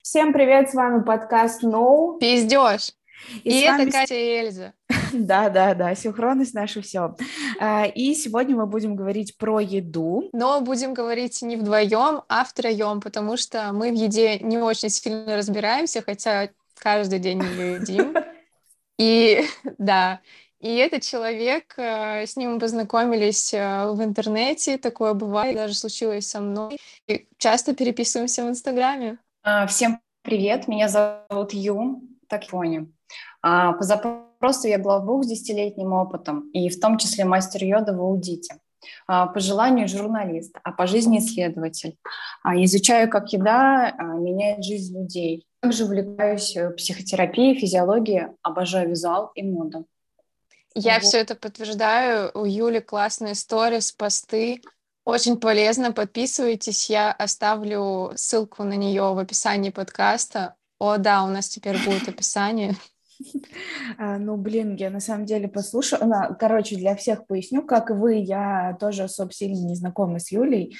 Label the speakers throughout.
Speaker 1: Всем привет, с вами подкаст No.
Speaker 2: Пиздешь.
Speaker 1: И
Speaker 2: И
Speaker 1: с
Speaker 2: это
Speaker 1: вами...
Speaker 2: Катя и Эльза.
Speaker 1: Да, синхронность наше все. И сегодня мы будем говорить про еду.
Speaker 2: Но будем говорить не вдвоем, а втроем, потому что мы в еде не очень сильно разбираемся, хотя каждый день ее едим. И да, и этот человек, с ним мы познакомились в интернете, такое бывает, даже случилось со мной. И часто переписываемся в Инстаграме.
Speaker 3: Всем привет, меня зовут Ю, так и понял. По запросу я главбух с 10-летним опытом, и в том числе мастер йода в аудите. По желанию журналист, а по жизни исследователь. Изучаю, как еда меняет жизнь людей. Также увлекаюсь психотерапией, физиологией, обожаю визуал и моду.
Speaker 2: Я
Speaker 1: Вот.
Speaker 2: все это подтверждаю. У Юли классные сторис, посты. Очень полезно. Подписывайтесь. Я оставлю ссылку на нее в описании подкаста. О, да, у нас теперь будет описание.
Speaker 1: Ну, блин, я на самом деле послушала. Короче, для всех поясню, как и вы, я тоже особо сильно не знакома с Юлей.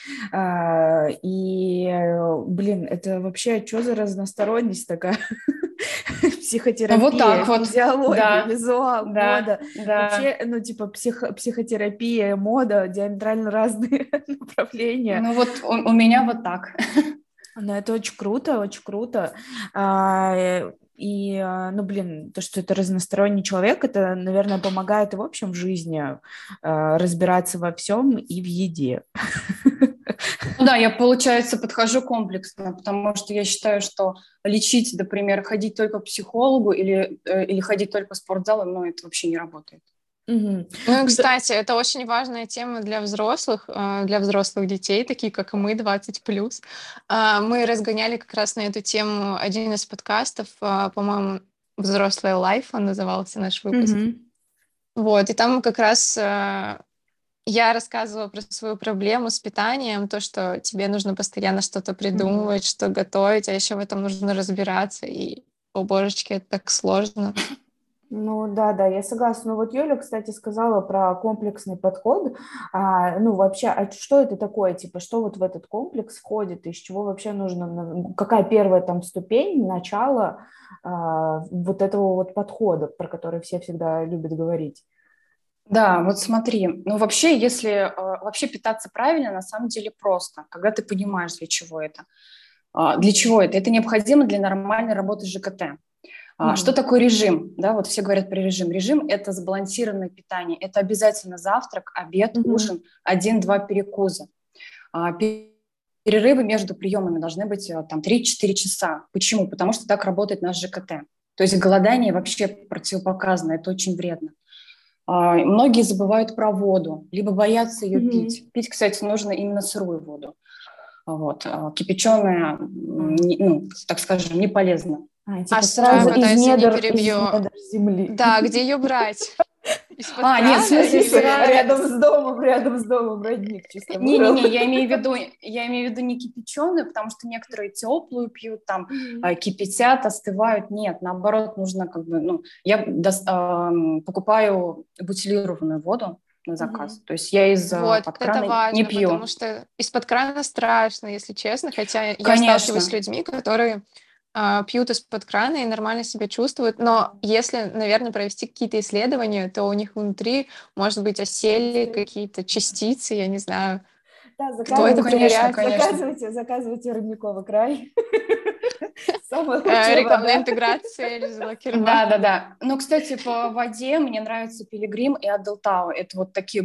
Speaker 1: Блин, это вообще что за разносторонность такая?
Speaker 3: Ну вот
Speaker 1: Психотерапия,
Speaker 3: так вот,
Speaker 1: физиология,
Speaker 3: да,
Speaker 1: визуал,
Speaker 3: да,
Speaker 1: мода.
Speaker 3: да.
Speaker 1: Вообще, ну, типа, психотерапия, мода, диаметрально разные направления.
Speaker 3: Ну вот у меня вот так.
Speaker 1: Ну, это очень круто, очень круто. Ну, блин, то, что это разносторонний человек, это, наверное, помогает и в общем в жизни разбираться во всем и в еде.
Speaker 3: Ну да, я, получается, подхожу комплексно, потому что я считаю, что лечить, например, ходить только к психологу или ходить только в спортзал, ну, это вообще не работает.
Speaker 1: Мгм.
Speaker 2: Ну и,
Speaker 1: Ну, да.
Speaker 2: кстати, это очень важная тема для взрослых детей, такие как и мы, 20+. Мы разгоняли как раз на эту тему один из подкастов, по-моему, «Взрослая лайф» он назывался, наш выпуск.
Speaker 1: Мгм.
Speaker 2: Вот, и там как раз я рассказывала про свою проблему с питанием, то, что тебе нужно постоянно что-то
Speaker 1: Мгм.
Speaker 2: придумывать, что готовить, а еще в этом нужно разбираться, и, о божечки, это так сложно.
Speaker 1: Ну да, я согласна. Ну вот Юля, кстати, сказала про комплексный подход. Ну вообще, что это такое? Типа, что вот в этот комплекс входит? Из чего вообще нужно? Какая первая там ступень, начало вот этого вот подхода, про который все всегда любят говорить?
Speaker 3: Да, вот смотри, ну вообще, если вообще питаться правильно, на самом деле просто, когда ты понимаешь, для чего это. Для чего это? Это необходимо для нормальной работы ЖКТ. Что
Speaker 1: Мгм.
Speaker 3: такое режим? Да, вот все говорят про режим. Режим – это сбалансированное питание. Это обязательно завтрак, обед,
Speaker 1: Мгм.
Speaker 3: ужин, один-два перекуса. А, Перерывы между приемами должны быть там 3-4 часа. Почему? Потому что так работает наш ЖКТ. То есть голодание вообще противопоказано, это очень вредно. Многие забывают про воду, либо боятся ее
Speaker 1: Мгм.
Speaker 3: пить. Пить, кстати, нужно именно сырую воду. Вот. Кипяченая,
Speaker 1: А,
Speaker 3: ну, так скажем, не полезно.
Speaker 2: А
Speaker 1: типа
Speaker 2: сырая
Speaker 1: сразу
Speaker 2: вода, извини,
Speaker 1: из
Speaker 2: перебью.
Speaker 1: недр земли.
Speaker 2: Да, где ее брать? Из-под
Speaker 3: Нет, в
Speaker 2: крана
Speaker 3: смысле
Speaker 2: или...
Speaker 3: сырая.
Speaker 1: Рядом с домом родник чисто вырыл.
Speaker 3: Не-не-не, я имею в виду не кипяченую, потому что некоторые теплую пьют, там
Speaker 1: Мгм.
Speaker 3: кипятят, остывают. Нет, наоборот, нужно как бы, ну, покупаю бутилированную воду на заказ.
Speaker 1: Мгм.
Speaker 3: То есть я из
Speaker 2: Вот,
Speaker 3: под
Speaker 2: это
Speaker 3: крана не
Speaker 2: важно, потому
Speaker 3: пью.
Speaker 2: что из-под крана страшно, если честно. Хотя я сталкиваюсь с
Speaker 3: Конечно.
Speaker 2: людьми, которые пьют из-под крана и нормально себя чувствуют. Но если, наверное, провести какие-то исследования, то у них внутри, может быть, осели какие-то частицы, я не знаю,
Speaker 1: Да,
Speaker 2: кто
Speaker 3: Ну,
Speaker 2: это
Speaker 3: конечно,
Speaker 2: проверяет.
Speaker 3: конечно.
Speaker 1: заказывайте родниковый край. Самая лучшая
Speaker 2: Рекламная
Speaker 1: вода.
Speaker 2: интеграция Эльзы Лакерван.
Speaker 3: Да. Ну, кстати, по воде мне нравится Пилигрим и Адалтау. Это вот такие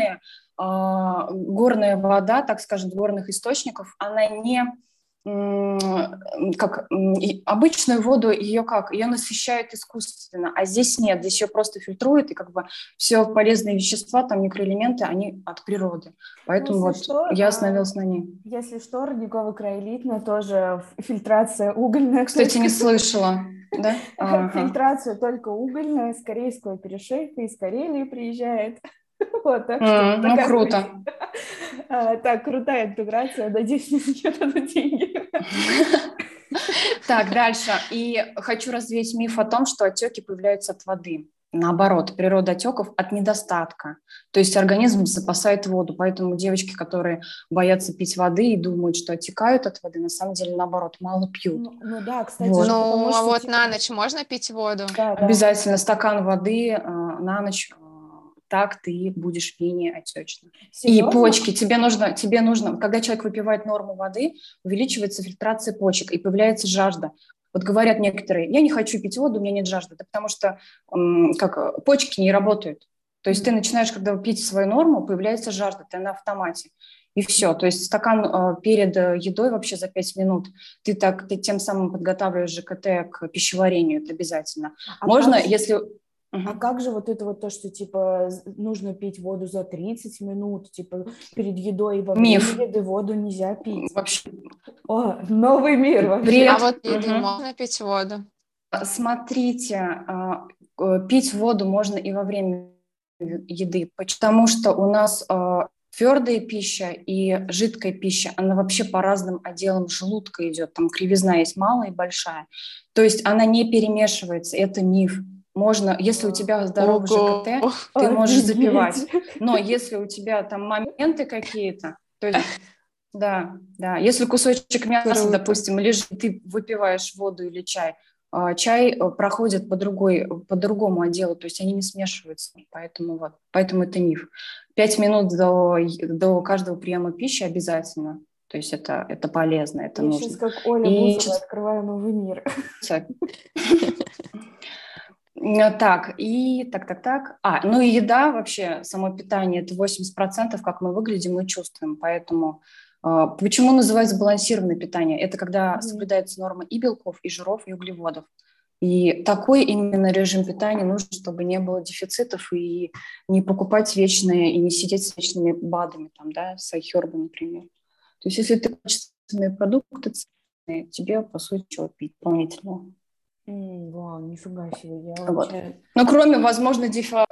Speaker 3: горная вода, так скажем, горных источников. Она не и обычную воду ее как? Ее насыщают искусственно, а здесь нет. Здесь ее просто фильтруют, и как бы все полезные вещества, там микроэлементы, они от природы.
Speaker 1: Ну,
Speaker 3: Поэтому вот я остановилась на ней.
Speaker 1: если что, родниковый край элитный, тоже фильтрация угольная
Speaker 3: Кстати, не
Speaker 1: только.
Speaker 3: слышала, да? Ага.
Speaker 1: Фильтрация только угольная, с корейского перешейка, из Карелии приезжает. Вот, так что
Speaker 3: Ну,
Speaker 1: заказывайте.
Speaker 3: круто.
Speaker 1: Так, крутая интеграция, надеюсь, не за нее дадут деньги.
Speaker 3: Так, дальше. И хочу развеять миф о том, что отеки появляются от воды. наоборот, природа отеков от недостатка. То есть организм запасает воду, поэтому девочки, которые боятся пить воды и думают, что отекают от воды, на самом деле, наоборот, мало пьют.
Speaker 1: Ну да, кстати же,
Speaker 3: Вот.
Speaker 1: потому
Speaker 2: Ну, а
Speaker 1: что,
Speaker 2: вот на
Speaker 1: типа,
Speaker 2: ночь можно пить воду?
Speaker 1: да.
Speaker 3: Обязательно стакан воды на ночь, так ты будешь менее отечна. И
Speaker 1: Серьезно?
Speaker 3: почки, тебе нужно, когда человек выпивает норму воды, увеличивается фильтрация почек и появляется жажда. Вот говорят некоторые, я не хочу пить воду, у меня нет жажды, да потому что почки не работают. То есть ты начинаешь, когда пить свою норму, появляется жажда, ты на автомате. И все. То есть стакан перед едой вообще за 5 минут ты тем самым подготавливаешь ЖКТ к пищеварению, это обязательно.
Speaker 1: А
Speaker 3: Можно,
Speaker 1: как же,
Speaker 3: если...
Speaker 1: а
Speaker 3: Мгм.
Speaker 1: как же вот это вот то, что, типа, нужно пить воду за 30 минут, типа, перед едой и во время
Speaker 3: Миф.
Speaker 1: еды воду нельзя пить?
Speaker 3: Вообще.
Speaker 1: О, новый мир
Speaker 2: А
Speaker 1: вообще.
Speaker 3: Бред.
Speaker 2: вот еды
Speaker 3: Мгм.
Speaker 2: можно пить воду?
Speaker 3: Смотрите, пить воду можно и во время еды, потому что у нас твердая пища и жидкая пища, она вообще по разным отделам желудка идет. Там кривизна есть малая и большая. То есть она не перемешивается, это миф. Можно, если у тебя здоровый
Speaker 2: Ого,
Speaker 3: ЖКТ, ты можешь запивать.
Speaker 1: Офигеть.
Speaker 3: Но если у тебя там моменты какие-то, то есть да, да. Если кусочек мяса,
Speaker 2: круто.
Speaker 3: допустим, лежит, ты выпиваешь воду или чай, чай проходит по другому отделу, то есть они не смешиваются, поэтому это миф. 5 минут до каждого приема пищи обязательно, то есть это полезно, это
Speaker 1: Я сейчас
Speaker 3: нужно.
Speaker 1: как Оля
Speaker 3: И
Speaker 1: Бузова открываю новый мир.
Speaker 3: так. Ну и еда вообще, само питание, это 80%, как мы выглядим, мы чувствуем. Поэтому почему называется балансированное питание? Это когда
Speaker 1: Мгм.
Speaker 3: соблюдается норма и белков, и жиров, и углеводов. И такой именно режим питания нужен, чтобы не было дефицитов и не покупать вечные, и не сидеть с вечными БАДами, там, да, с айхербом, например. То есть если ты качественные продукты, ценные, тебе, по сути, чего пить дополнительного.
Speaker 1: Вау, нифига себе, я
Speaker 3: Вот.
Speaker 1: вообще...
Speaker 3: Ну, кроме, возможно,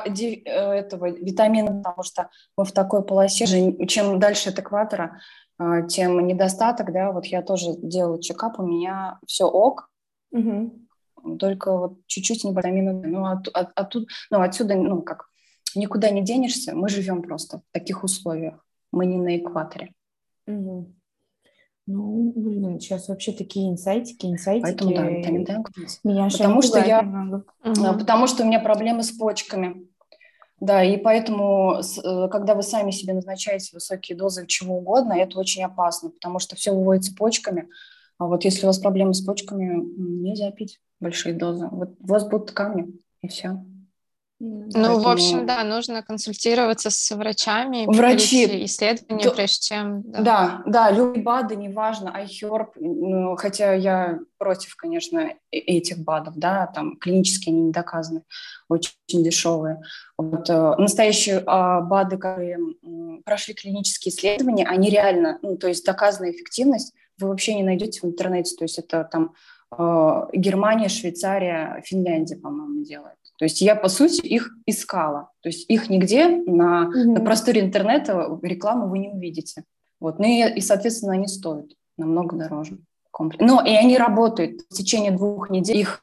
Speaker 3: этого витамина, потому что мы в такой полосе, чем дальше от экватора, тем недостаток, да, вот я тоже делала чекап, у меня все ок,
Speaker 1: Мгм.
Speaker 3: только вот чуть-чуть не витамина D. Ну, отсюда, ну, как, никуда не денешься, мы живем просто в таких условиях, мы не на экваторе,
Speaker 1: Мгм. Ну, блин, сейчас вообще такие
Speaker 3: поэтому, да, витамин
Speaker 1: инсайтики
Speaker 3: D.
Speaker 1: меня аж
Speaker 3: Потому что
Speaker 1: пугают немного.
Speaker 2: Мгм.
Speaker 3: потому что у меня проблемы с почками. Да, и поэтому, когда вы сами себе назначаете высокие дозы чего угодно, это очень опасно, потому что все выводится почками. А вот если у вас проблемы с почками, нельзя пить большие дозы. Вот у вас будут камни, и все.
Speaker 2: Ну, в общем,
Speaker 3: Поэтому
Speaker 2: да, нужно консультироваться с врачами, проходить
Speaker 3: врачи,
Speaker 2: исследования, прежде чем, да.
Speaker 3: да, любые БАДы, неважно, iHerb, ну, хотя я против, конечно, этих БАДов, да, там клинически они не доказаны, очень дешевые. Вот, настоящие БАДы, которые прошли клинические исследования, они реально, ну, то есть доказанная эффективность вы вообще не найдете в интернете, то есть это там Германия, Швейцария, Финляндия, по-моему, делают. То есть я, по сути, их искала. То есть их нигде на
Speaker 1: Мгм.
Speaker 3: просторе интернета рекламу вы не увидите. Вот. Ну и, соответственно, они стоят намного дороже. Но и они работают в течение 2 недель. Их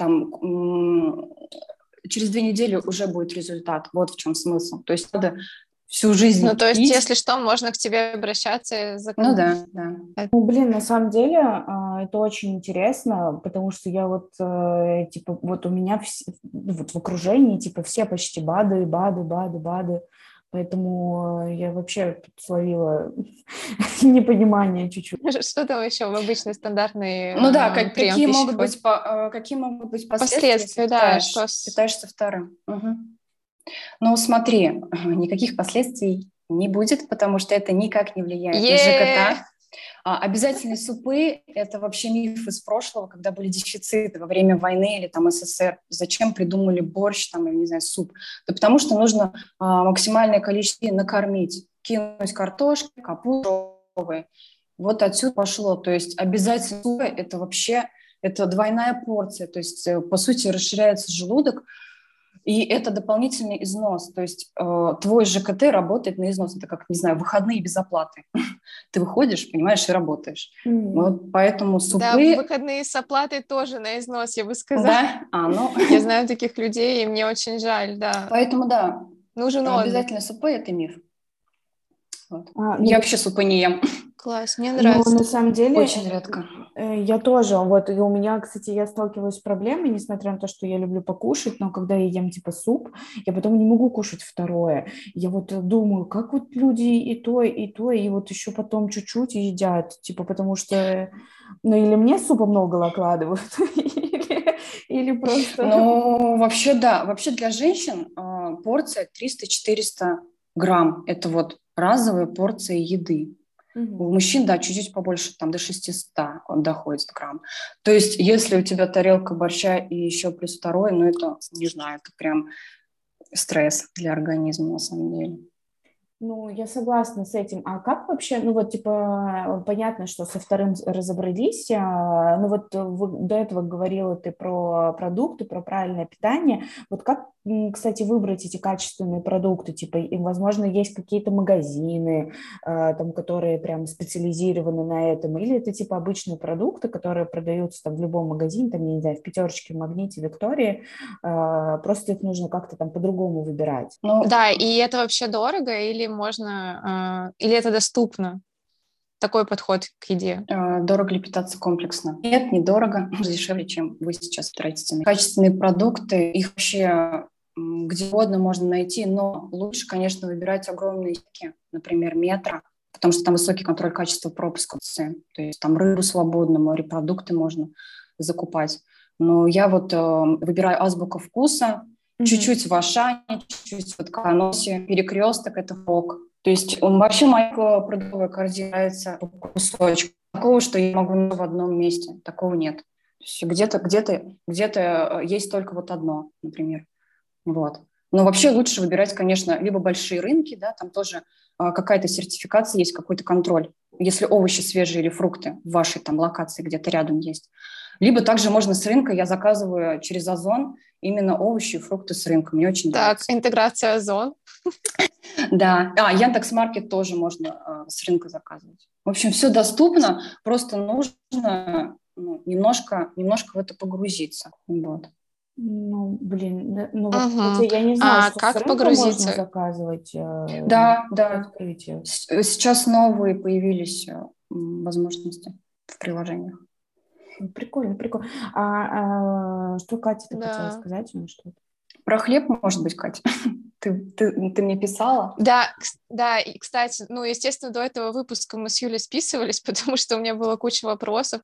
Speaker 3: через 2 недели уже будет результат. Вот в чем смысл. То есть надо всю
Speaker 2: Ну,
Speaker 3: жизнь
Speaker 2: то есть,
Speaker 3: пить.
Speaker 2: если что, можно к тебе обращаться за
Speaker 3: Ну да.
Speaker 1: Ну, блин, на самом деле это очень интересно, потому что я вот, типа, вот у меня вот в окружении, типа, все почти БАДы, поэтому я вообще тут словила непонимание чуть-чуть.
Speaker 2: Что там еще в обычный стандартный
Speaker 3: Ну да,
Speaker 2: прием пищи входит?
Speaker 3: какие могут быть последствия, если
Speaker 2: Последствия, да, что с...
Speaker 3: питаешься вторым? Мгм. Ну смотри, никаких последствий не будет, потому что это никак не влияет на
Speaker 2: Е!
Speaker 3: ЖКТ. Обязательные супы – это вообще миф из прошлого, когда были дефициты во время войны или там СССР. Зачем придумали борщ там, или, не знаю, суп? Да потому что нужно максимальное количество накормить, кинуть картошки, капусту. Вот отсюда пошло. То есть обязательно супы – это вообще это двойная порция. То есть, по сути, расширяется желудок, И это дополнительный износ. То есть твой ЖКТ работает на износ. Это как, не знаю, выходные без оплаты. Ты выходишь, понимаешь, и работаешь. Вот поэтому
Speaker 2: Да,
Speaker 3: супы...
Speaker 2: выходные с оплатой тоже на износ, я бы сказала.
Speaker 3: Да? Ну...
Speaker 2: Я знаю таких людей, и мне очень жаль, да.
Speaker 3: Поэтому, да,
Speaker 2: нужен отдых.
Speaker 3: обязательно супы – это миф. Вот.
Speaker 1: Ну,
Speaker 3: Я вообще супы не ем.
Speaker 2: Класс, мне
Speaker 1: ну,
Speaker 2: нравится.
Speaker 1: на самом деле,
Speaker 3: Очень редко.
Speaker 1: я тоже, вот, и у меня, кстати, я сталкиваюсь с проблемой, несмотря на то, что я люблю покушать, но когда я ем, типа, суп, я потом не могу кушать второе. Я вот думаю, как вот люди и то, и вот еще потом чуть-чуть и едят, типа, потому что, ну, или мне супа много накладывают, или просто...
Speaker 3: Ну, вообще, да. Вообще для женщин порция 300-400 грамм. Это вот разовая порция еды. У мужчин, да, чуть-чуть побольше, там до 600 он доходит грамм. То есть если у тебя тарелка борща и еще плюс второй, ну это, не знаю, это прям стресс для организма на самом деле.
Speaker 1: Ну, я согласна с этим. А как вообще, ну вот, типа, понятно, что со вторым разобрались, ну вот до этого говорила ты про продукты, про правильное питание. Вот как, кстати, выбрать эти качественные продукты? Типа, и, возможно, есть какие-то магазины, там, которые прям специализированы на этом, или это, типа, обычные продукты, которые продаются там в любом магазине, там, я не знаю, в Пятерочке, в Магните, Виктории, просто их нужно как-то там по-другому выбирать.
Speaker 3: Ну,
Speaker 2: Да, и это вообще дорого или можно, или это доступно? Такой подход к еде.
Speaker 3: дорого ли питаться комплексно? Нет, недорого, дешевле, чем вы сейчас тратите. Качественные продукты, их вообще где угодно можно найти, но лучше, конечно, выбирать огромные сети, например, Метро, потому что там высокий контроль качества пропуска. То есть там рыбу свободно, морепродукты можно закупать. Но я вот выбираю азбука вкуса, чуть-чуть в Ашане, чуть-чуть в Утконосе, Перекресток – это ФОК. То есть он вообще моя продуктовая корзина нравится по кусочку. Такого, что я могу в одном месте, такого нет. То есть где-то есть только вот одно, например. Вот. Но вообще лучше выбирать, конечно, либо большие рынки, да, там тоже какая-то сертификация есть, какой-то контроль, если овощи свежие или фрукты в вашей там локации где-то рядом есть. Либо также можно с рынка, я заказываю через Озон именно овощи и фрукты с рынка, мне очень
Speaker 2: Так,
Speaker 3: нравится.
Speaker 2: интеграция Озон.
Speaker 3: Да, Яндекс.Маркет тоже можно с рынка заказывать. В общем, все доступно, просто нужно немножко в это погрузиться. Вот.
Speaker 1: Ну, блин, ну вот,
Speaker 2: Угу.
Speaker 1: кстати, я не знала,
Speaker 2: А
Speaker 1: что с
Speaker 2: как
Speaker 1: рынка можно
Speaker 2: погрузиться?
Speaker 1: заказывать
Speaker 3: Да, да.
Speaker 1: открытие.
Speaker 3: Сейчас новые появились возможности в приложениях.
Speaker 1: Прикольно, прикольно. Что Катя ты хотела
Speaker 2: Да.
Speaker 1: сказать? Ну, что
Speaker 3: Про хлеб, может быть, Катя? Ты мне писала?
Speaker 2: Да, да, и, кстати, ну, естественно, до этого выпуска мы с Юлей списывались, потому что у меня была куча вопросов.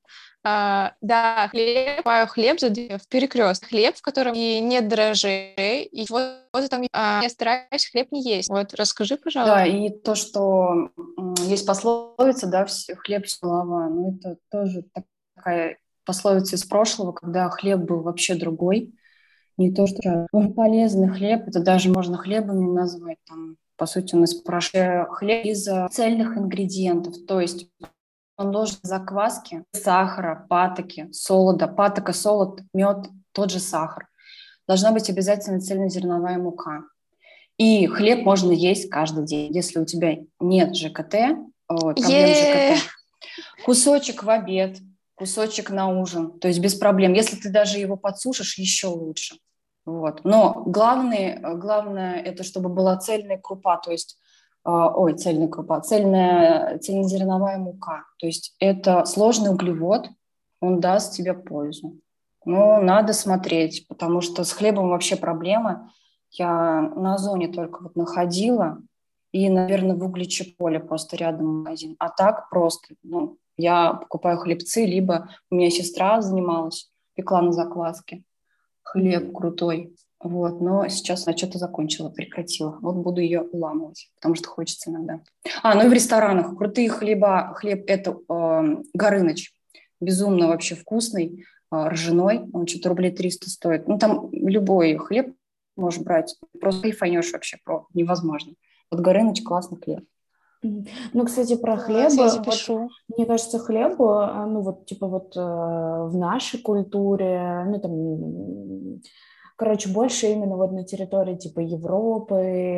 Speaker 2: Да, хлеб в Перекресток. Хлеб, в котором и нет дрожжей, и вот там я стараюсь хлеб не есть. Вот, расскажи, пожалуйста.
Speaker 3: Да, и то, что есть пословица, да, хлеб все голова, ну, это тоже такая пословица из прошлого, когда хлеб был вообще другой. Не то, что полезный хлеб, это даже можно хлебом не назвать. Там, по сути, он из хлеб из цельных ингредиентов. То есть он должен закваски, сахара, патоки, солода. Патока, солод, мед, тот же сахар. Должна быть обязательно цельнозерновая мука. И хлеб можно есть каждый день. Если у тебя нет ЖКТ, проблем с ЖКТ, кусочек в обед, кусочек на ужин, то есть без проблем. Если ты даже его подсушишь, еще лучше. Вот. Но главное это чтобы была цельная крупа, то есть цельная крупа, цельнозерновая мука. То есть это сложный углевод, он даст тебе пользу. Но надо смотреть, потому что с хлебом вообще проблема. Я на Озоне только вот находила, и, наверное, в Угличеполе просто рядом магазин. А так просто, я покупаю хлебцы, либо у меня сестра занималась, пекла на закваске. Хлеб крутой. Вот, но сейчас она что-то закончила, прекратила. Вот буду ее уламывать, потому что хочется иногда. Ну и в ресторанах крутые хлеба. Хлеб – это Горыныч. Безумно вообще вкусный, ржаной. Он что-то рублей 300 стоит. Ну, там любой хлеб можешь брать. Просто кайфанешь вообще, невозможно. Вот Горыныч – классный хлеб.
Speaker 1: Ну, кстати, про хлеб,
Speaker 2: я запишу.
Speaker 1: вот, мне кажется, хлеб, ну, вот, типа, вот в нашей культуре, ну, там, Короче, больше именно вот на территории типа Европы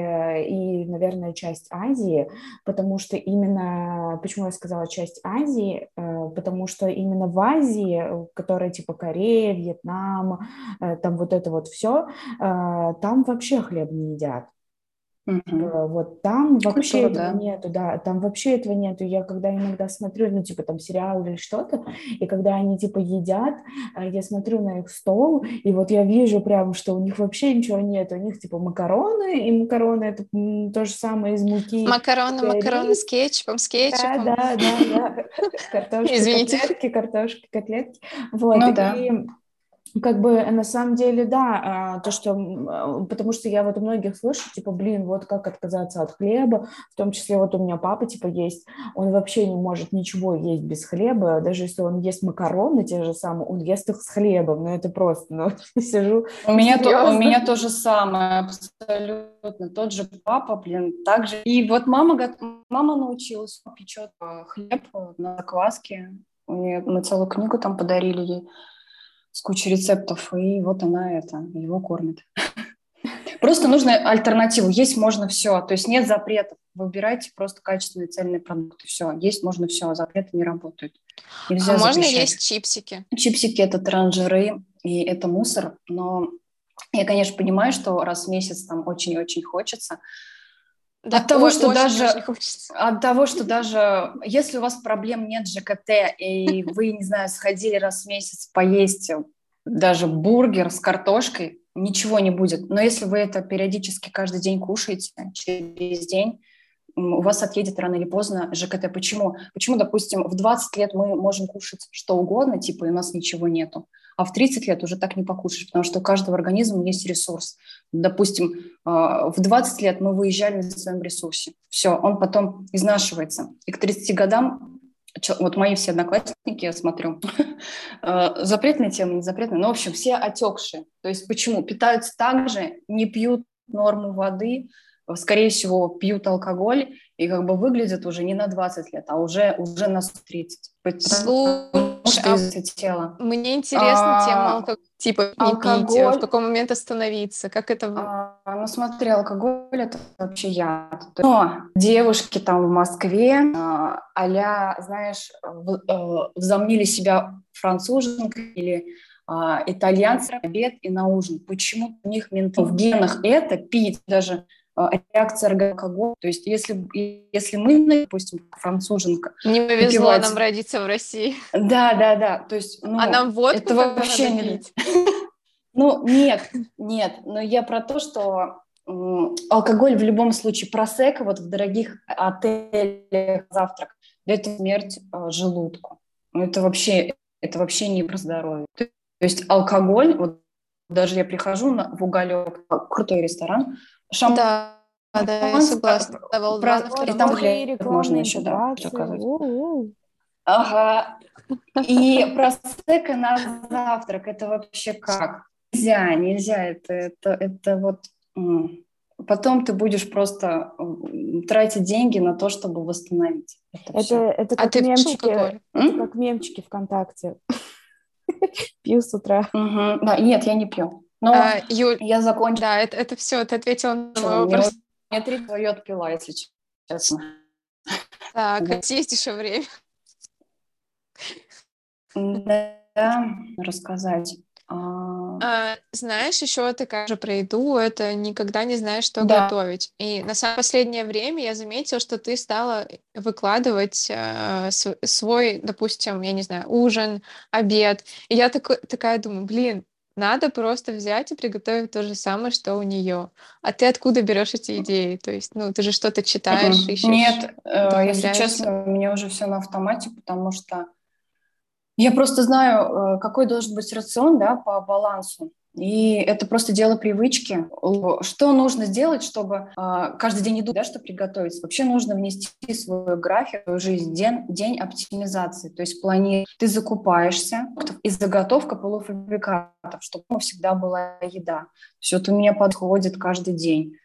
Speaker 1: и, наверное, часть Азии, потому что именно, почему я сказала часть Азии, потому что именно в Азии, которая типа Корея, Вьетнам, там вот это вот все, там вообще хлеб не едят.
Speaker 3: Мгм.
Speaker 1: Вот там вообще
Speaker 3: Культура,
Speaker 1: этого
Speaker 3: да.
Speaker 1: нету, да, там вообще этого нету. Я когда иногда смотрю, ну, типа там сериал или что-то, и когда они типа едят, я смотрю на их стол, и вот я вижу прям, что у них вообще ничего нет. У них типа макароны, и макароны это то же самое из муки и
Speaker 2: Макароны
Speaker 1: рис.
Speaker 2: с
Speaker 1: Да,
Speaker 2: кетчупом.
Speaker 1: да, да, да. Картошка,
Speaker 2: Извините.
Speaker 1: котлетки, картошка, котлетки. Вот,
Speaker 3: Ну да.
Speaker 1: и как бы на самом деле, да, то, что, потому что я вот у многих слышу, типа, блин, вот как отказаться от хлеба, в том числе вот у меня папа, типа, есть, он вообще не может ничего есть без хлеба, даже если он ест макароны те же самые, он ест их с хлебом, ну это просто, ну, сижу,
Speaker 3: У
Speaker 1: серьезно.
Speaker 3: меня то же самое, абсолютно. Тот же папа, блин, так же. И вот мама научилась, печет хлеб на закваске. Мы целую книгу там подарили ей с кучей рецептов, и вот она его кормит. Просто нужно альтернативу. Есть можно все. То есть нет запретов. Выбирайте просто качественные цельные продукты. Все. Есть можно все. Запреты не работают.
Speaker 2: А
Speaker 3: Нельзя
Speaker 2: можно
Speaker 3: запрещать.
Speaker 2: есть чипсики?
Speaker 3: Чипсики – это транжиры, и это мусор. Но я, конечно, понимаю, что раз в месяц там очень-очень хочется.
Speaker 2: Да,
Speaker 3: От того, что
Speaker 2: очень-очень
Speaker 3: даже
Speaker 2: хочется.
Speaker 3: от того, что даже если у вас проблем нет с ЖКТ, и вы, не знаю, сходили раз в месяц поесть даже бургер с картошкой, ничего не будет. Но если вы это периодически каждый день кушаете, через день, у вас отъедет рано или поздно ЖКТ. Почему? Почему, допустим, в 20 лет мы можем кушать что угодно, типа, и у нас ничего нету, а в 30 лет уже так не покушаешь, потому что у каждого организма есть ресурс. Допустим, в 20 лет мы выезжали на своем ресурсе. Все, он потом изнашивается. И к 30 годам, вот мои все одноклассники, я смотрю, запретные темы, не запретные, но, в общем, все отекшие. То есть почему? Питаются так же, не пьют норму воды, скорее всего, пьют алкоголь и как бы выглядят уже не на 20 лет, а уже на 30. Потому
Speaker 2: Слушай,
Speaker 3: что из-за тела.
Speaker 2: мне интересна тема
Speaker 3: А,
Speaker 2: типа не пить, в
Speaker 3: алкоголь,
Speaker 2: какой момент остановиться, как это...
Speaker 3: ну смотри, алкоголь это вообще яд. Но девушки там в Москве а-ля, знаешь, возомнили себя француженкой или итальянцем на обед и на ужин. Почему у них в генах это пить даже реакция алкоголя. То есть если мы, допустим, француженка,
Speaker 2: Не повезло
Speaker 3: выпивать...
Speaker 2: нам родиться в России,
Speaker 3: Да, да, да. То есть,
Speaker 2: а
Speaker 3: ну,
Speaker 2: нам водку
Speaker 3: это
Speaker 2: тогда
Speaker 3: вообще
Speaker 2: надо
Speaker 3: не...
Speaker 2: пить.
Speaker 3: Ну, нет, но я про то, что алкоголь в любом случае, просекко вот в дорогих отелях завтрак, это смерть желудку. Ну, это вообще не про здоровье. То есть алкоголь, вот даже я прихожу в уголек, крутой ресторан,
Speaker 2: Да, да, я
Speaker 3: шампанское,
Speaker 2: согласна. Волна
Speaker 3: и
Speaker 1: Вот,
Speaker 2: втором
Speaker 3: там
Speaker 1: вот
Speaker 2: тоже.
Speaker 1: и
Speaker 3: хлеб можно
Speaker 1: рекламные
Speaker 3: еще, да,
Speaker 1: интеграции.
Speaker 3: заказать.
Speaker 1: У-у-у.
Speaker 3: Ага, и просека на завтрак, это вообще как? Нельзя, это вот... Потом ты будешь просто тратить деньги на то, чтобы восстановить это все.
Speaker 1: Это
Speaker 2: А
Speaker 1: как
Speaker 2: ты пьешь
Speaker 1: мемчики,
Speaker 2: алкоголь?
Speaker 1: это как мемчики ВКонтакте. Пью с утра.
Speaker 3: Да, нет, я не пью. Но
Speaker 2: Юль,
Speaker 3: я закончила,
Speaker 2: да, это все, ты ответила на мой
Speaker 3: мне
Speaker 2: вопрос.
Speaker 3: уже 3 свое отпила, если честно.
Speaker 2: Так,
Speaker 3: Вот.
Speaker 2: есть еще время.
Speaker 3: Да, рассказать.
Speaker 2: Знаешь, еще такая же про еду, это никогда не знаешь, что
Speaker 3: Да,
Speaker 2: готовить. И на самое последнее время я заметила, что ты стала выкладывать свой, допустим, я не знаю, ужин, обед. И я такая думаю, блин, надо просто взять и приготовить то же самое, что у нее. А ты откуда берешь эти идеи? То есть, ну, ты же что-то читаешь, ищешь,
Speaker 3: Нет, если
Speaker 2: вдохновляешься.
Speaker 3: честно, у меня уже все на автомате, потому что я просто знаю, какой должен быть рацион, да, по балансу. И это просто дело привычки. Что нужно сделать, чтобы каждый день еду, да, что приготовить? Вообще нужно внести в свой график, в свою жизнь день оптимизации. То есть ты закупаешься, и заготовка полуфабрикатов, чтобы всегда была еда. То есть вот у меня подходит каждый день.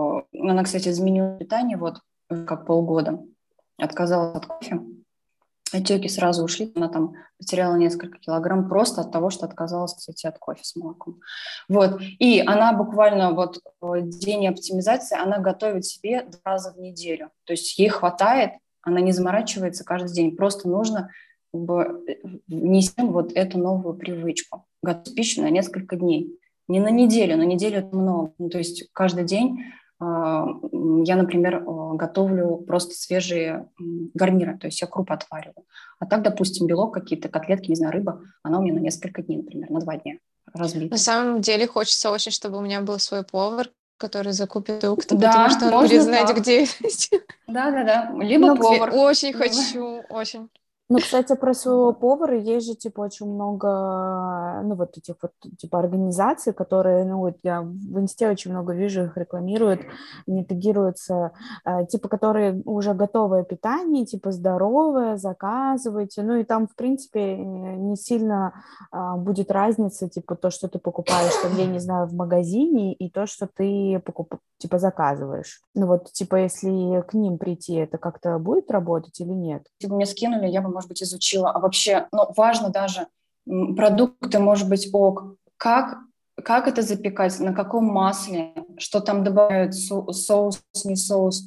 Speaker 3: Она, кстати, изменила питание вот как полгода. Отказалась от кофе. отеки сразу ушли, она там потеряла несколько килограмм просто от того, что отказалась, кстати, от кофе с молоком. Вот. И она буквально вот день оптимизации, она готовит себе 2 раза в неделю. То есть ей хватает, она не заморачивается каждый день. Просто нужно как бы внести вот эту новую привычку. Готовить пищу на несколько дней. Не на неделю это много. Ну, то есть каждый день я, например, готовлю просто свежие гарниры, то есть я крупы отвариваю. А так, допустим, белок какие-то, котлетки, не знаю, рыба, она у меня на несколько дней, например, на 2 дня
Speaker 2: На
Speaker 3: разбита.
Speaker 2: самом деле хочется очень, чтобы у меня был свой повар, который закупит продукты, потому
Speaker 3: Да,
Speaker 2: что он будет
Speaker 3: можно
Speaker 2: знать,
Speaker 3: так.
Speaker 2: где взять.
Speaker 3: Да-да-да. Либо
Speaker 1: Ну,
Speaker 3: повар.
Speaker 2: Очень
Speaker 3: Либо...
Speaker 2: хочу, очень.
Speaker 1: Ну, кстати, про своего
Speaker 3: Вот.
Speaker 1: повара есть же, типа, очень много, ну, вот этих вот, типа, организаций, которые, ну, вот я в Инсте очень много вижу, их рекламируют, не тагируются, типа, которые уже готовое питание, типа, здоровое, заказывайте, ну, и там, в принципе, не сильно будет разница, типа, то, что ты покупаешь, там, я не знаю, в магазине, и то, что ты типа, заказываешь. Ну, вот, типа, если к ним прийти, это как-то будет работать или нет?
Speaker 3: Если бы мне скинули, я бы, может быть, изучила. А вообще, ну, важно даже продукты, может быть, как это запекать, на каком масле, что там добавляют, соус, не соус.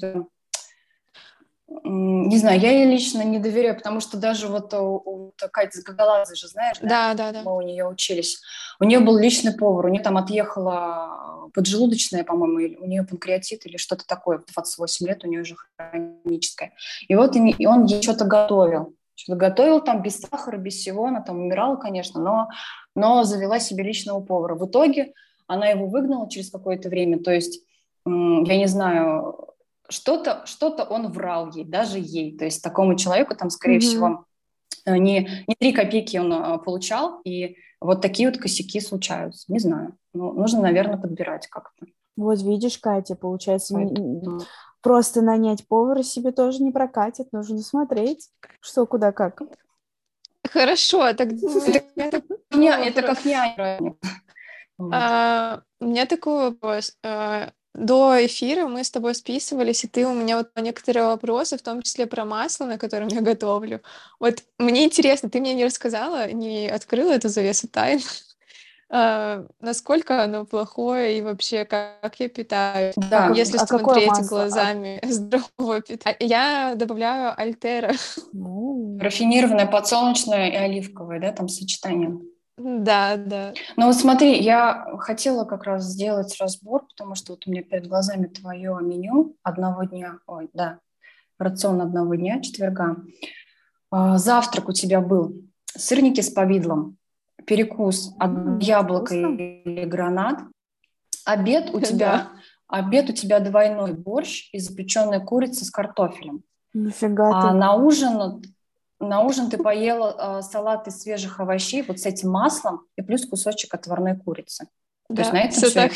Speaker 3: Не знаю, я ей лично не доверяю, потому что даже вот у Кати Гагалазы же, знаешь, да,
Speaker 2: Да, да, да.
Speaker 3: мы у нее учились. У нее был личный повар, у нее там отъехала поджелудочная, по-моему, или у нее панкреатит или что-то такое, в 28 лет у нее уже хроническое. И вот и он ей что-то готовил там без сахара, без всего, она там умирала, конечно, но завела себе личного повара. В итоге она его выгнала через какое-то время, то есть, я не знаю, что-то он врал ей, даже ей. То есть такому человеку там, скорее
Speaker 1: Мгм.
Speaker 3: всего, не 3 копейки он получал, и вот такие вот косяки случаются. Не знаю. Ну, нужно, наверное, подбирать как-то.
Speaker 1: Вот видишь, Катя, получается,
Speaker 3: Поэтому...
Speaker 1: просто нанять повара себе тоже не прокатит, нужно смотреть, что, куда, как.
Speaker 2: Хорошо, тогда у меня такой
Speaker 3: Это
Speaker 2: вопрос.
Speaker 3: как няня. Вот.
Speaker 2: У меня такой вопрос. До эфира мы с тобой списывались, и ты у меня вот по некоторые вопросы, в том числе про масло, на котором я готовлю. Вот мне интересно, ты мне не рассказала, не открыла эту завесу тайн, насколько оно плохое и вообще как я питаюсь,
Speaker 3: Да,
Speaker 2: если
Speaker 1: А какое
Speaker 2: смотреть
Speaker 1: масло?
Speaker 2: глазами здорового питания. Я добавляю альтера.
Speaker 1: Ну,
Speaker 3: рафинированное подсолнечное и оливковое, да, там сочетание.
Speaker 2: Да, да.
Speaker 3: Ну вот смотри, я хотела как раз сделать разбор, потому что вот у меня перед глазами твое меню одного дня, ой, да, рацион одного дня, четверга. Завтрак у тебя был сырники с повидлом, перекус от яблоко
Speaker 1: вкусно.
Speaker 3: или гранат. Обед у
Speaker 2: Да.
Speaker 3: тебя, обед у тебя двойной борщ и запеченная курица с картофелем.
Speaker 1: Нифига
Speaker 3: А
Speaker 1: ты.
Speaker 3: на ужин ты поела салат из свежих овощей вот с этим маслом и плюс кусочек отварной курицы. То есть
Speaker 2: Да, все так.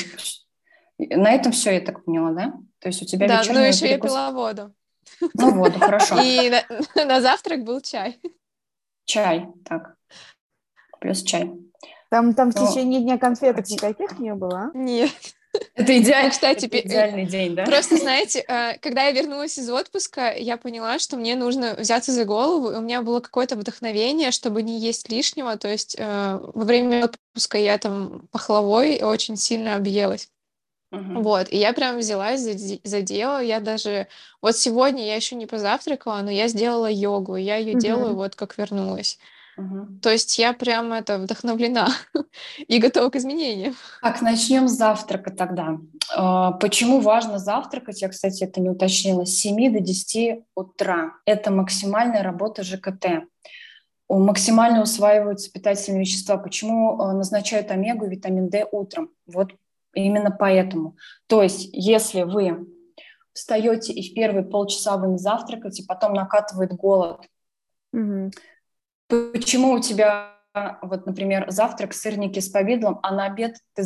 Speaker 3: на этом все, я так поняла, да? То есть у тебя
Speaker 2: Да, но
Speaker 3: вечерний
Speaker 2: еще я
Speaker 3: перекус,
Speaker 2: пила воду.
Speaker 3: ну, воду, хорошо.
Speaker 2: И на завтрак был чай.
Speaker 3: Чай, так, плюс чай.
Speaker 1: Там в
Speaker 3: Ну,
Speaker 1: течение дня конфеток
Speaker 3: хоть-
Speaker 1: никаких не было, а?
Speaker 2: Нет.
Speaker 3: это,
Speaker 2: Ну, кстати,
Speaker 3: это идеальный день, да?
Speaker 2: просто, знаете, когда я вернулась из отпуска, я поняла, что мне нужно взяться за голову, и у меня было какое-то вдохновение, чтобы не есть лишнего. То есть во время отпуска я там пахлавой очень сильно объелась.
Speaker 3: Мгм,
Speaker 2: Вот, и я прям взялась за дело. Я даже... Вот сегодня я еще не позавтракала, но я сделала йогу, и я ее делаю
Speaker 1: Мгм.
Speaker 2: вот как вернулась.
Speaker 3: мгм.
Speaker 2: То есть я прям это вдохновлена и готова к изменениям.
Speaker 3: Так, начнем с завтрака тогда. Почему важно завтракать? Я, кстати, это не уточнила. С 7 до 10 утра. Это максимальная работа ЖКТ. Максимально усваиваются питательные вещества. Почему назначают омегу и витамин D утром? Вот именно поэтому. То есть, если вы встаете и в первые полчаса вы не завтракаете, потом накатывает голод.
Speaker 1: Мгм.
Speaker 3: Почему у тебя, вот, например, завтрак сырники с повидлом, а на обед ты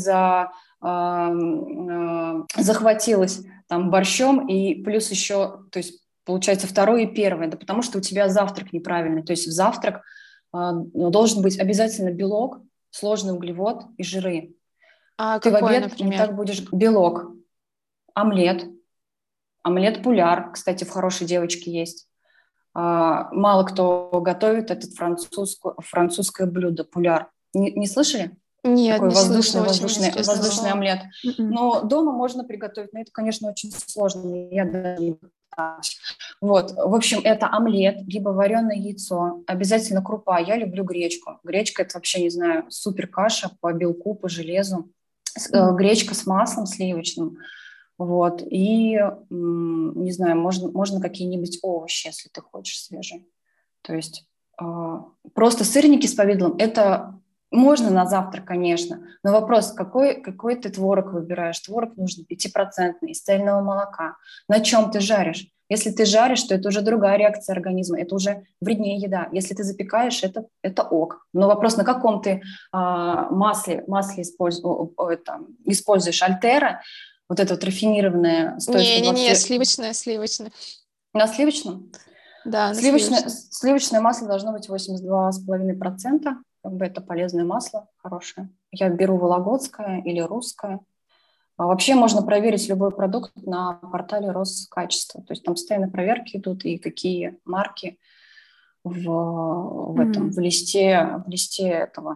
Speaker 3: захватилась там борщом и плюс еще, то есть получается второе и первое, да потому что у тебя завтрак неправильный. То есть в завтрак должен быть обязательно белок, сложный углевод и жиры.
Speaker 2: А
Speaker 3: Ты в
Speaker 2: какое,
Speaker 3: обед не
Speaker 2: например?
Speaker 3: так будешь белок, омлет, омлет пуляр, кстати, в хорошей девочке есть. Мало кто готовит этот французское блюдо пуляр. Не слышали?
Speaker 2: Нет,
Speaker 3: Такой
Speaker 2: не слышала, очень
Speaker 3: воздушный
Speaker 2: интересное слово.
Speaker 3: омлет.
Speaker 1: Мгм.
Speaker 3: Но дома можно приготовить, но это, конечно, очень сложно. Я даже не пыталась. Вот, в общем, это омлет, либо вареное яйцо, обязательно крупа. Я люблю гречку. Гречка – это вообще, не знаю, супер каша по белку, по железу. Гречка с маслом сливочным. Вот, и, не знаю, можно какие-нибудь овощи, если ты хочешь, свежие. То есть просто сырники с повидлом – это можно на завтрак, конечно, но вопрос, какой ты творог выбираешь? Творог нужен 5% из цельного молока. На чем ты жаришь? Если ты жаришь, то это уже другая реакция организма, это уже вреднее еда. Если ты запекаешь, это ок. Но вопрос, на каком ты масле используешь альтера, вот это вот рафинированное стоит
Speaker 2: Не-не-не,
Speaker 3: 120...
Speaker 2: сливочное.
Speaker 3: На сливочном?
Speaker 2: Да, на
Speaker 3: Сливочное,
Speaker 2: сливочном.
Speaker 3: сливочное масло должно быть 82,5%. Как бы это полезное масло, хорошее. Я беру вологодское или русское. А вообще можно проверить любой продукт на портале Роскачества. То есть там постоянно проверки идут, и какие марки в листе этого,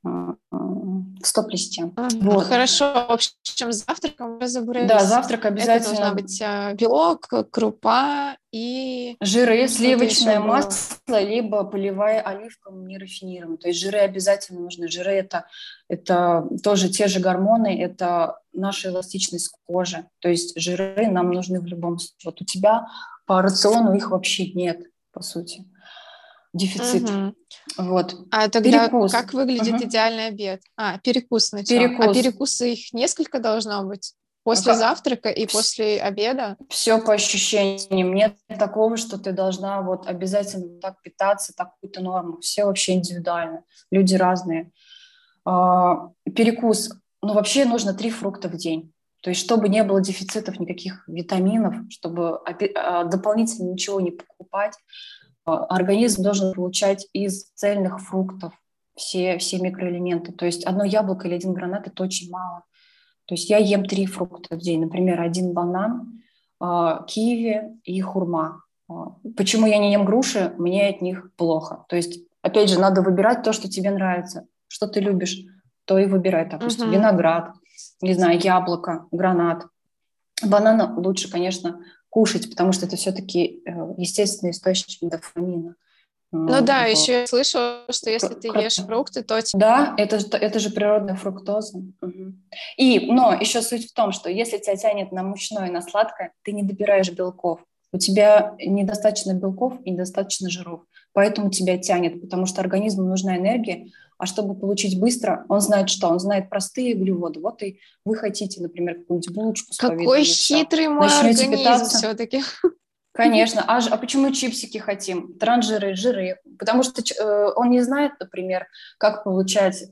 Speaker 3: в стоп-листе. Вот.
Speaker 2: Хорошо, в общем, с завтраком
Speaker 3: Да,
Speaker 2: разобрались.
Speaker 3: завтрак
Speaker 2: Это должна
Speaker 3: обязательно.
Speaker 2: быть белок, крупа и
Speaker 3: Жиры,
Speaker 2: что-то еще
Speaker 3: сливочное
Speaker 2: было.
Speaker 3: масло, либо полевая оливковым нерафинированным. То есть жиры обязательно нужны. Жиры это тоже те же гормоны, это наша эластичность кожи. То есть жиры нам нужны в любом случае. Вот у тебя по рациону их вообще нет, по сути. Дефицит.
Speaker 2: Мгм.
Speaker 3: Вот.
Speaker 2: А тогда
Speaker 3: Перекус.
Speaker 2: как выглядит
Speaker 3: Мгм.
Speaker 2: идеальный обед? Перекус сначала. А
Speaker 3: Перекус.
Speaker 2: перекусы их несколько должно быть? После завтрака и после обеда?
Speaker 3: Все по ощущениям. Нет такого, что ты должна вот обязательно так питаться, такую-то норму. Все вообще индивидуально. Люди разные. Перекус. Ну, вообще нужно 3 фрукта в день. То есть, чтобы не было дефицитов никаких витаминов, чтобы дополнительно ничего не покупать, организм должен получать из цельных фруктов все микроэлементы. То есть одно яблоко или один гранат – это очень мало. То есть я ем 3 фрукта в день. Например, один банан, киви и хурма. Почему я не ем груши? Мне от них плохо. То есть, опять же, надо выбирать то, что тебе нравится. Что ты любишь, то и выбирай. Допустим,
Speaker 2: Мгм.
Speaker 3: виноград, не знаю, яблоко, гранат. Бананы лучше, конечно, кушать, потому что это все-таки естественный источник дофамина.
Speaker 2: Ну да,
Speaker 3: В
Speaker 2: еще я слышала, что если ты ешь фрукты, то
Speaker 3: Да, это же природная фруктоза. Мгм. Но еще суть в том, что если тебя тянет на мучное и на сладкое, ты не добираешь белков. У тебя недостаточно белков и недостаточно жиров. Поэтому тебя тянет, потому что организму нужна энергия, а чтобы получить быстро, он знает что? Он знает простые углеводы. Вот и вы хотите, например, какую-нибудь булочку с
Speaker 2: какой
Speaker 3: повидлом, и все.
Speaker 2: хитрый мой
Speaker 3: Начнете
Speaker 2: организм
Speaker 3: питаться.
Speaker 2: все-таки.
Speaker 3: Конечно. А почему чипсики хотим? Транжиры, жиры. Потому что он не знает, например, как получать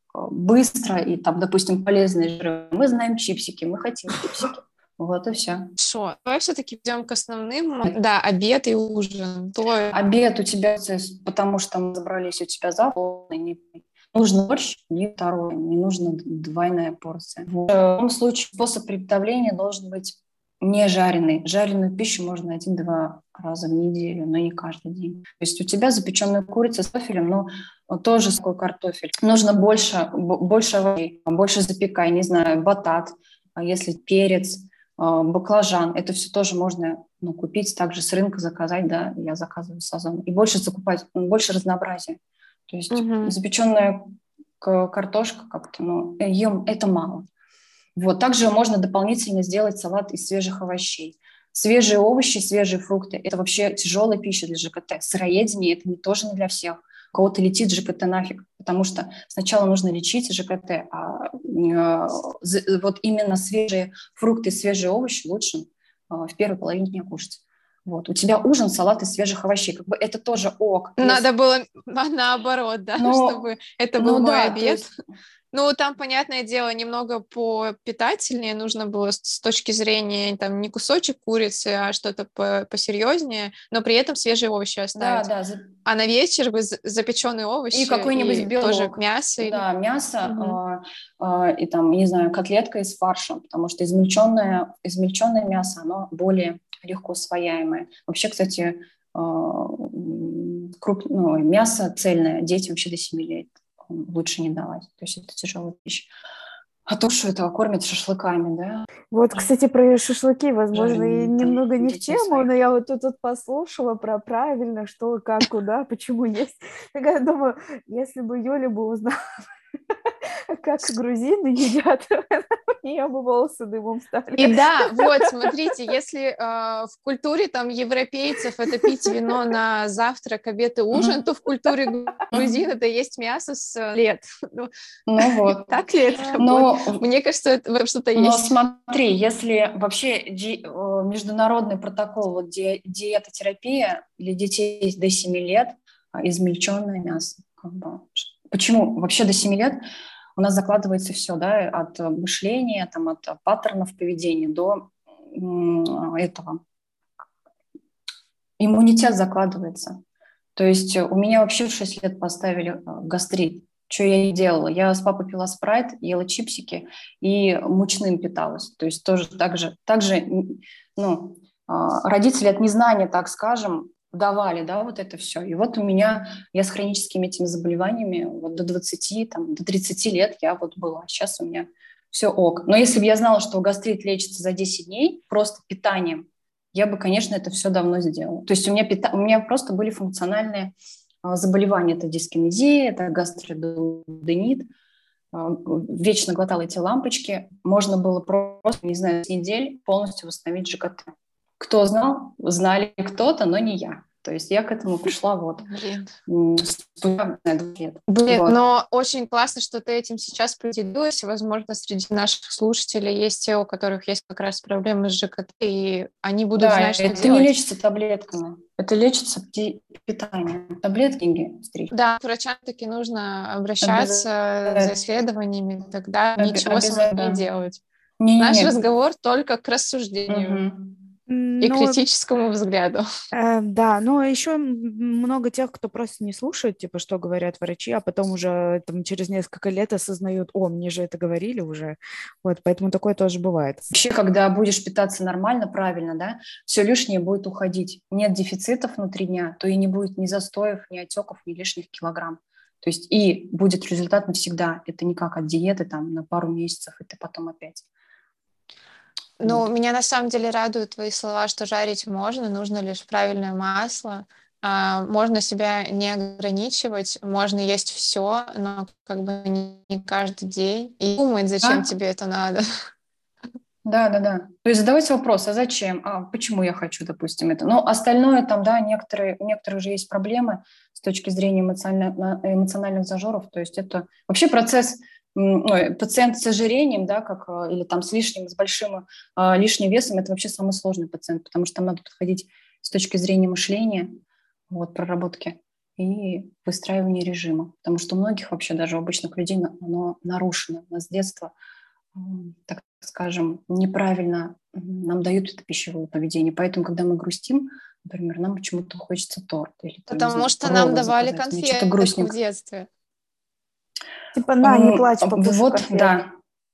Speaker 3: быстро и, там, допустим, полезные жиры. Мы знаем чипсики, мы хотим чипсики. Вот и все.
Speaker 2: Хорошо. Давай все-таки идем к основным. Да, обед и ужин. То
Speaker 3: Обед у тебя, потому что мы забрались у тебя завтра, нужно борщ, не второй, не нужна двойная порция. В любом случае способ приготовления должен быть не жареный. Жареную пищу можно 1-2 раза в неделю, но не каждый день. То есть у тебя запеченная курица с картофелем, но тоже такой картофель. Нужно больше овощей, больше запекай, не знаю, батат, если перец, баклажан. Это все тоже можно купить, также с рынка заказать, да, я заказываю с Озона. И больше закупать, больше разнообразия. То есть запеченная картошка как-то, ем это мало. Вот. Также можно дополнительно сделать салат из свежих овощей. Свежие овощи, свежие фрукты – это вообще тяжелая пища для ЖКТ. Сыроедение – это тоже не для всех. У кого-то летит ЖКТ нафиг, потому что сначала нужно лечить ЖКТ, вот именно свежие фрукты, свежие овощи лучше в первой половине дня кушать. Вот. У тебя ужин, салат из свежих овощей. Как бы это тоже ок.
Speaker 2: надо было наоборот, да, чтобы это был мой
Speaker 3: да, то
Speaker 2: обед.
Speaker 3: есть
Speaker 2: Ну, там, понятное дело, немного попитательнее нужно было с точки зрения, там, не кусочек курицы, а что-то посерьезнее, но при этом свежие овощи
Speaker 3: да,
Speaker 2: оставить.
Speaker 3: да.
Speaker 2: А на вечер вы запеченные
Speaker 3: И
Speaker 2: овощи
Speaker 3: какой-нибудь
Speaker 2: и тоже
Speaker 3: белок.
Speaker 2: мясо.
Speaker 3: Да,
Speaker 2: Мгм.
Speaker 3: мясо и там, не знаю, котлетка из фарша, потому что измельченное мясо, оно более легко усвояемое. Вообще, кстати, мясо цельное детям вообще до 7 лет лучше не давать. То есть это тяжелая пища. А то, что этого кормят шашлыками, да?
Speaker 1: Вот, кстати, про шашлыки, возможно, и
Speaker 3: Жареные там
Speaker 1: немного не в
Speaker 3: детей
Speaker 1: тему,
Speaker 3: своих.
Speaker 1: но я вот тут послушала про правильно, что, как, куда, почему есть. Такая думаю, если бы Юля бы узнала, как грузины едят, у нее бы волосы дымом стали.
Speaker 2: И да, вот, смотрите, если в культуре там европейцев это пить вино на завтрак, обед и ужин, то в культуре грузин это есть мясо с лет.
Speaker 3: Ну вот.
Speaker 2: Так ли это работает? Мне кажется, это что-то есть.
Speaker 3: Но смотри, если вообще международный протокол, вот диетотерапия для детей до 7 лет, измельченное мясо. Почему вообще до 7 лет у нас закладывается все, да, от мышления, там, от паттернов поведения до этого. Иммунитет закладывается. То есть у меня вообще в 6 лет поставили гастрит. Что я и делала? Я с папой пила спрайт, ела чипсики и мучным питалась. То есть тоже так же родители от незнания, так скажем, давали, да, вот это все. И вот я с хроническими этими заболеваниями вот до 20, там, до 30 лет я вот была. Сейчас у меня все ок. Но если бы я знала, что гастрит лечится за 10 дней просто питанием, я бы, конечно, это все давно сделала. То есть у меня просто были функциональные заболевания. Это дискинезия, это гастродуоденит. Вечно глотала эти лампочки. Можно было просто, не знаю, с недель полностью восстановить ЖКТ. Кто знал, знали кто-то, но не я. То есть я к этому пришла спустя 20 лет.
Speaker 2: Блин, но очень классно, что ты этим сейчас поделилась. Возможно, среди наших слушателей есть те, у которых есть как раз проблемы с ЖКТ, и они будут знать, что
Speaker 3: это
Speaker 2: делать.
Speaker 3: Не лечится таблетками. Это лечится питанием. Таблетки, деньги, стричь.
Speaker 2: Да, к врачам таки нужно обращаться за исследованиями, тогда ничего самому не делать. Наш разговор только к рассуждению. И критическому взгляду.
Speaker 1: Да, но еще много тех, кто просто не слушает, типа, что говорят врачи, а потом уже там, через несколько лет осознают, мне же это говорили уже. Вот, поэтому такое тоже бывает.
Speaker 3: Вообще, когда будешь питаться нормально, правильно, да, все лишнее будет уходить. Нет дефицитов внутри дня, то и не будет ни застоев, ни отеков, ни лишних килограмм. То есть и будет результат навсегда. Это не как от диеты там на пару месяцев, и ты потом опять.
Speaker 2: Ну, меня на самом деле радуют твои слова, что жарить можно, нужно лишь правильное масло. Можно себя не ограничивать, можно есть все, но как бы не каждый день. И думать, зачем тебе это надо.
Speaker 3: Да. То есть задавайте вопрос, а зачем? Почему я хочу, допустим, это? Но остальное там, да, у некоторых же есть проблемы с точки зрения эмоциональных зажоров. То есть это вообще процесс. Пациент с ожирением, да, или там с большим лишним весом, это вообще самый сложный пациент, потому что там надо подходить с точки зрения мышления, проработки и выстраивания режима. Потому что у многих вообще, даже у обычных людей, оно нарушено. У нас с детства, так скажем, неправильно нам дают это пищевое поведение. Поэтому, когда мы грустим, например, нам почему-то хочется торт. Или, там,
Speaker 2: потому что нам давали конфеты в детстве.
Speaker 1: Типа, не плачь, покушай
Speaker 3: Вот,
Speaker 1: конфету.
Speaker 3: да.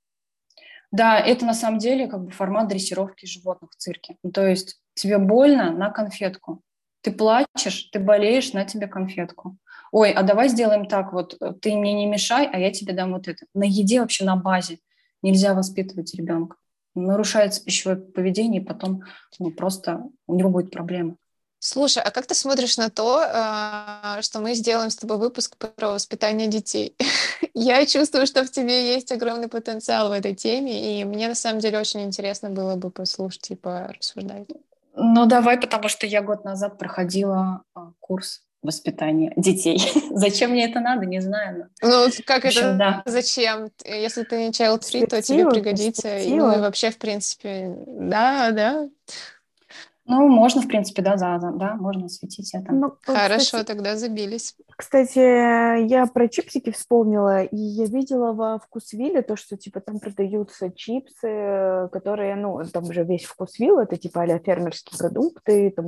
Speaker 3: Да, это на самом деле как бы формат дрессировки животных в цирке. То есть тебе больно — на конфетку. Ты плачешь, ты болеешь — на тебе конфетку. Ой, а давай сделаем так, вот ты мне не мешай, а я тебе дам вот это. На еде вообще на базе нельзя воспитывать ребенка. Нарушается пищевое поведение, и потом просто у него будет проблема.
Speaker 2: Слушай, а как ты смотришь на то, что мы сделаем с тобой выпуск про воспитание детей? Я чувствую, что в тебе есть огромный потенциал в этой теме, и мне на самом деле очень интересно было бы послушать и порассуждать.
Speaker 3: Ну, давай, потому что я год назад проходила курс воспитания детей. Зачем мне это надо, не знаю.
Speaker 2: Ну, как
Speaker 3: общем,
Speaker 2: это?
Speaker 3: Да.
Speaker 2: Зачем? Если ты не child-free, то тебе пригодится. Ну и вообще, в принципе, да.
Speaker 3: Ну, можно, в принципе, да, можно осветить это.
Speaker 2: Хорошо, тогда забились.
Speaker 1: Кстати, я про чипсики вспомнила, и я видела во Вкусвилле то, что, типа, там продаются чипсы, которые, там же весь Вкусвилл, это, типа, а-ля фермерские продукты, там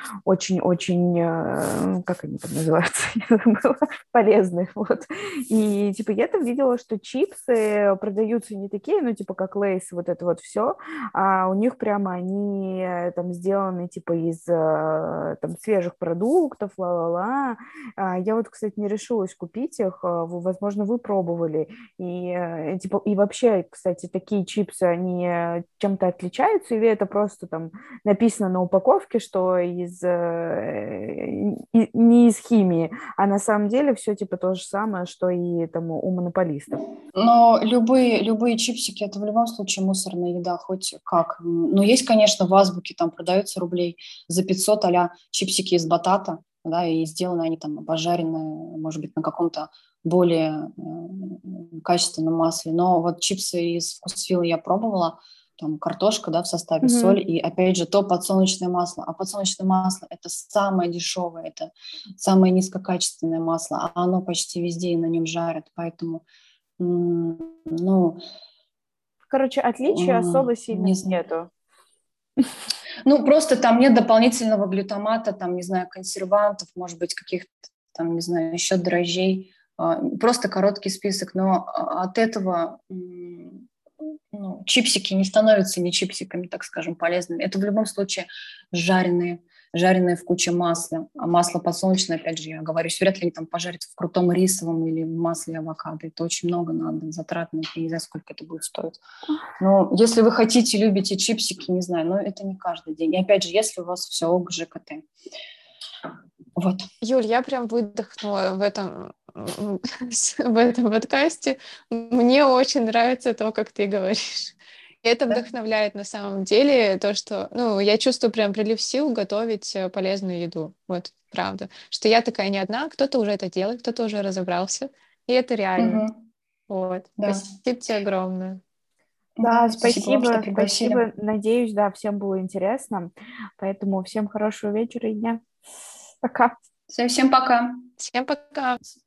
Speaker 1: очень-очень, как они там называются, я забыла, полезные, вот. И, типа, я там видела, что чипсы продаются не такие, типа, как Лейс, вот это вот все, а у них прямо они там сделаны сделаны типа из там свежих продуктов, ла-ла-ла. Я вот, кстати, не решилась купить их. Возможно, вы пробовали. И типа и вообще, кстати, такие чипсы, они чем-то отличаются, или это просто там написано на упаковке, что не из химии, а на самом деле все типа то же самое, что и там у монополистов.
Speaker 3: Но любые чипсики – это в любом случае мусорная еда, хоть как. Но есть, конечно, в Азбуке там продаются рублей за 500 а-ля чипсики из батата, да, и сделаны они там обжаренные, может быть, на каком-то более качественном масле. Но вот чипсы из вкусвилла я пробовала, там картошка, да, в составе, соль и, опять же, то подсолнечное масло. А подсолнечное масло – это самое дешевое, это самое низкокачественное масло, а оно почти везде и на нем жарят, поэтому… Ну,
Speaker 1: короче, отличий особо сильно нету.
Speaker 3: Ну, просто там нет дополнительного глютамата, там, не знаю, консервантов, может быть, каких-то там, не знаю, еще дрожжей. Просто короткий список, но от этого чипсики не становятся не чипсиками, так скажем, полезными. Это в любом случае жареные в куче масла. А масло подсолнечное, опять же, я говорю, вряд ли они там пожарят в крутом рисовом или в масле авокадо. Это очень много надо, затратно, я не знаю, сколько это будет стоить. Но если вы хотите, любите чипсики, не знаю, но это не каждый день. И опять же, если у вас все ок, ЖКТ. Вот.
Speaker 2: Юль, я прям выдохнула в этом подкасте. Мне очень нравится то, как ты говоришь. И это вдохновляет на самом деле то, что, я чувствую прям прилив сил готовить полезную еду. Вот, правда. Что я такая не одна, кто-то уже это делает, кто-то уже разобрался. И это реально. Вот.
Speaker 3: Да.
Speaker 2: Спасибо тебе огромное.
Speaker 1: Да,
Speaker 3: спасибо вам, что пригласили.
Speaker 1: спасибо. Надеюсь, да, всем было интересно. Поэтому всем хорошего вечера и дня. Пока.
Speaker 3: Всем пока.
Speaker 2: Всем пока.